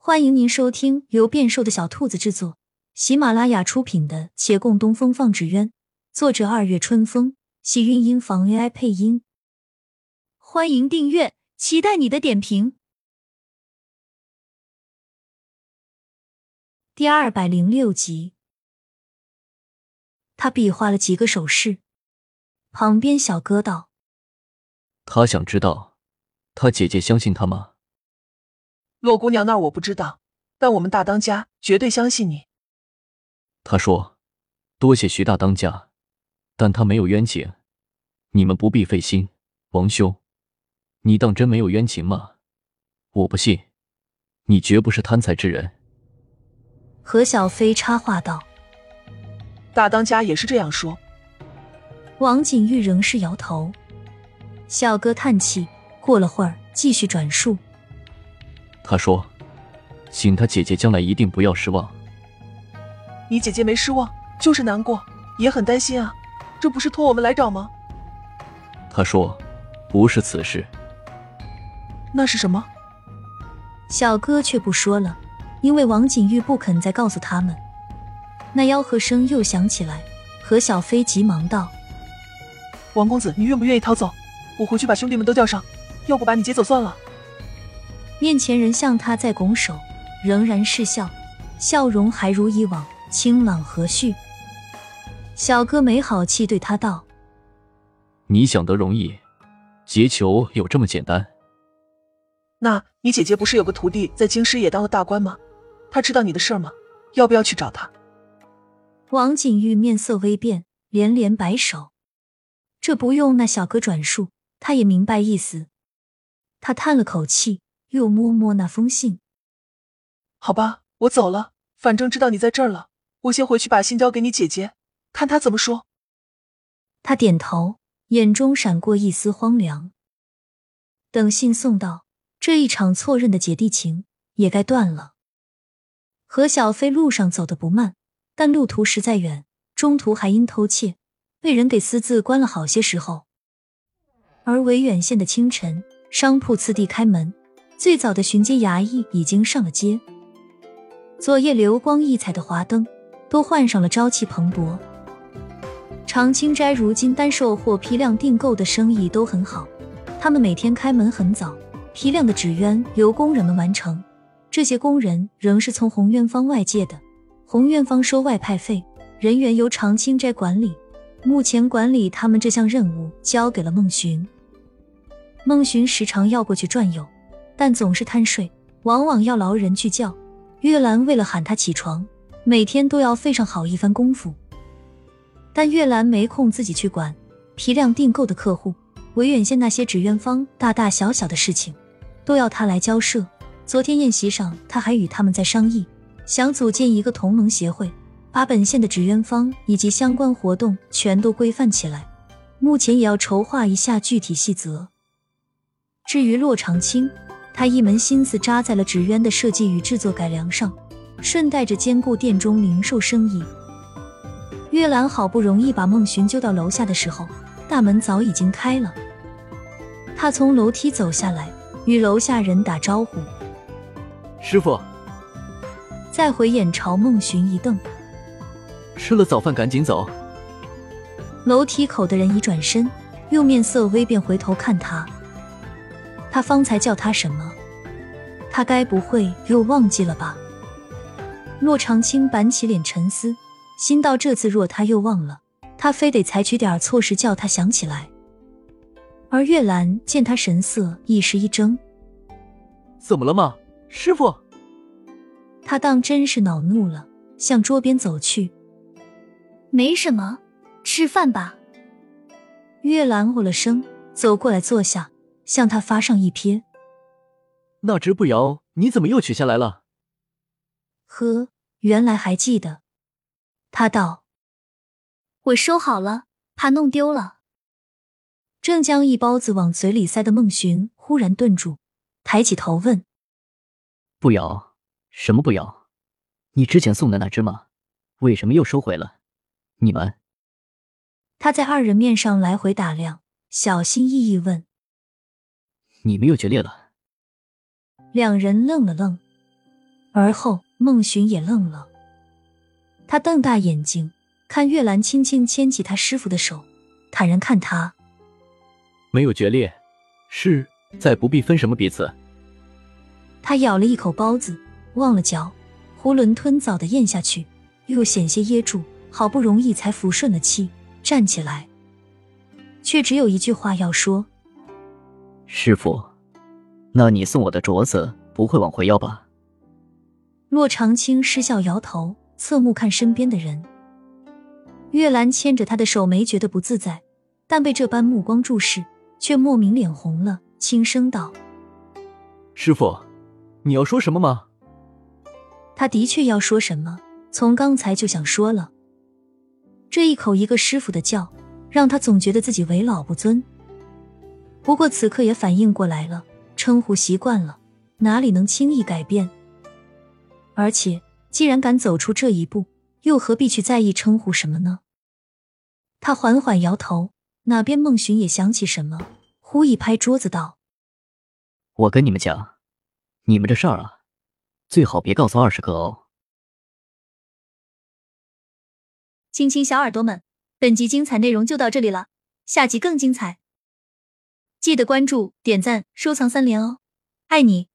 欢迎您收听由变瘦的小兔子制作，喜马拉雅出品的《且共东风放纸鸢》，作者二月春风，喜韵音房 AI 配音。欢迎订阅，期待你的点评。第206集，他比划了几个手势，旁边小哥道：“ 他想知道，他姐姐相信他吗？” 洛姑娘那儿我不知道，但我们大当家绝对相信你。 他说：“多谢徐大当家，但他没有冤情，你们不必费心。王兄，你当真没有冤情吗？我不信，你绝不是贪财之人。” 何小飞插话道：“ 大当家也是这样说。” 王景玉仍是摇头。小哥叹气，过了会儿继续转述。 他说：“请他姐姐将来一定不要失望。” 你姐姐没失望，就是难过，也很担心啊。这不是托我们来找吗？ 他说：“不是此事。” 那是什么？ 小哥却不说了，因为王景玉不肯再告诉他们。那吆喝声又响起来，何小飞急忙道：“ 王公子，你愿不愿意逃走？我回去把兄弟们都叫上，要不把你接走算了。” 面前人向他在拱手，仍然是笑，笑容还如以往清朗和煦。小哥没好气对他道：“ 你想得容易，结求有这么简单？” 那你姐姐不是有个徒弟在京师也当了大官吗？他知道你的事儿吗？要不要去找他？ 王景玉面色微变，连连摆手。这不用那小哥转述，他也明白意思。他叹了口气，又摸摸那封信。 好吧，我走了，反正知道你在这儿了，我先回去把信交给你姐姐，看她怎么说。 他点头，眼中闪过一丝荒凉。等信送到，这一场错认的姐弟情也该断了。何小飞路上走得不慢，但路途实在远，中途还因偷窃被人给私自关了好些时候。而维远县的清晨，商铺次第开门，最早的巡街衙役已经上了街，昨夜流光溢彩的华灯都换上了朝气蓬勃。长青斋如今单售或批量订购的生意都很好，他们每天开门很早，批量的纸鸢由工人们完成，这些工人仍是从红渊坊外借的，红渊坊收外派费，人员由长青斋管理，目前管理他们这项任务交给了孟寻。孟寻时常要过去转悠，但总是贪睡，往往要劳人去叫。月兰为了喊他起床，每天都要费上好一番功夫。但月兰没空自己去管批量订购的客户，维远县那些纸鸢坊大大小小的事情都要他来交涉。昨天宴席上，他还与他们在商议，想组建一个同盟协会，把本县的纸鸢坊以及相关活动全都规范起来。目前也要筹划一下具体细则。至于骆长青，他一门心思扎在了纸鸢的设计与制作改良上，顺带着兼顾店中零售生意。月兰好不容易把孟寻揪到楼下的时候，大门早已经开了。他从楼梯走下来，与楼下人打招呼：“ 师傅。” 再回眼朝孟寻一瞪：“ 吃了早饭赶紧走。” 楼梯口的人一转身，又面色微变回头看他。他方才叫他什么？他该不会又忘记了吧？骆长青板起脸沉思，心道这次若他又忘了，他非得采取点措施叫他想起来。而月兰见他神色一时一怔：“ 怎么了吗，师傅？” 他当真是恼怒了，向桌边走去。“没什么，吃饭吧。”月兰哦了声，走过来坐下，向他发上一瞥：“ 那只不摇你怎么又取下来了？” 呵，原来还记得。他道：“我收好了，怕弄丢了。”正将一包子往嘴里塞的孟寻忽然顿住，抬起头问：“ 不摇？什么不摇？你之前送的那只吗？为什么又收回了？你们？” 他在二人面上来回打量，小心翼翼问：“ 你们又决裂了？” 两人愣了愣。 而后孟寻也愣了，他瞪大眼睛看月兰轻轻牵起他师傅的手，坦然看他。 没有决裂，是再不必分什么彼此。 他咬了一口包子，忘了嚼，囫囵吞枣地咽下去，又险些噎住，好不容易才抚顺了气，站起来，却只有一句话要说： 师傅，那你送我的镯子不会往回要吧？ 骆长青失笑摇头，侧目看身边的人。月兰牵着他的手没觉得不自在，但被这般目光注视，却莫名脸红了，轻声道： 师傅，你要说什么吗？ 他的确要说什么，从刚才就想说了。这一口一个师傅的叫，让他总觉得自己为老不尊。不过此刻也反应过来了，称呼习惯了，哪里能轻易改变？而且既然敢走出这一步，又何必去在意称呼什么呢？他缓缓摇头，哪边孟寻也想起什么，忽一拍桌子道： 我跟你们讲，你们这事儿啊，最好别告诉20个哦。 亲亲小耳朵们，本集精彩内容就到这里了，下集更精彩，记得关注、点赞、收藏3连哦，爱你。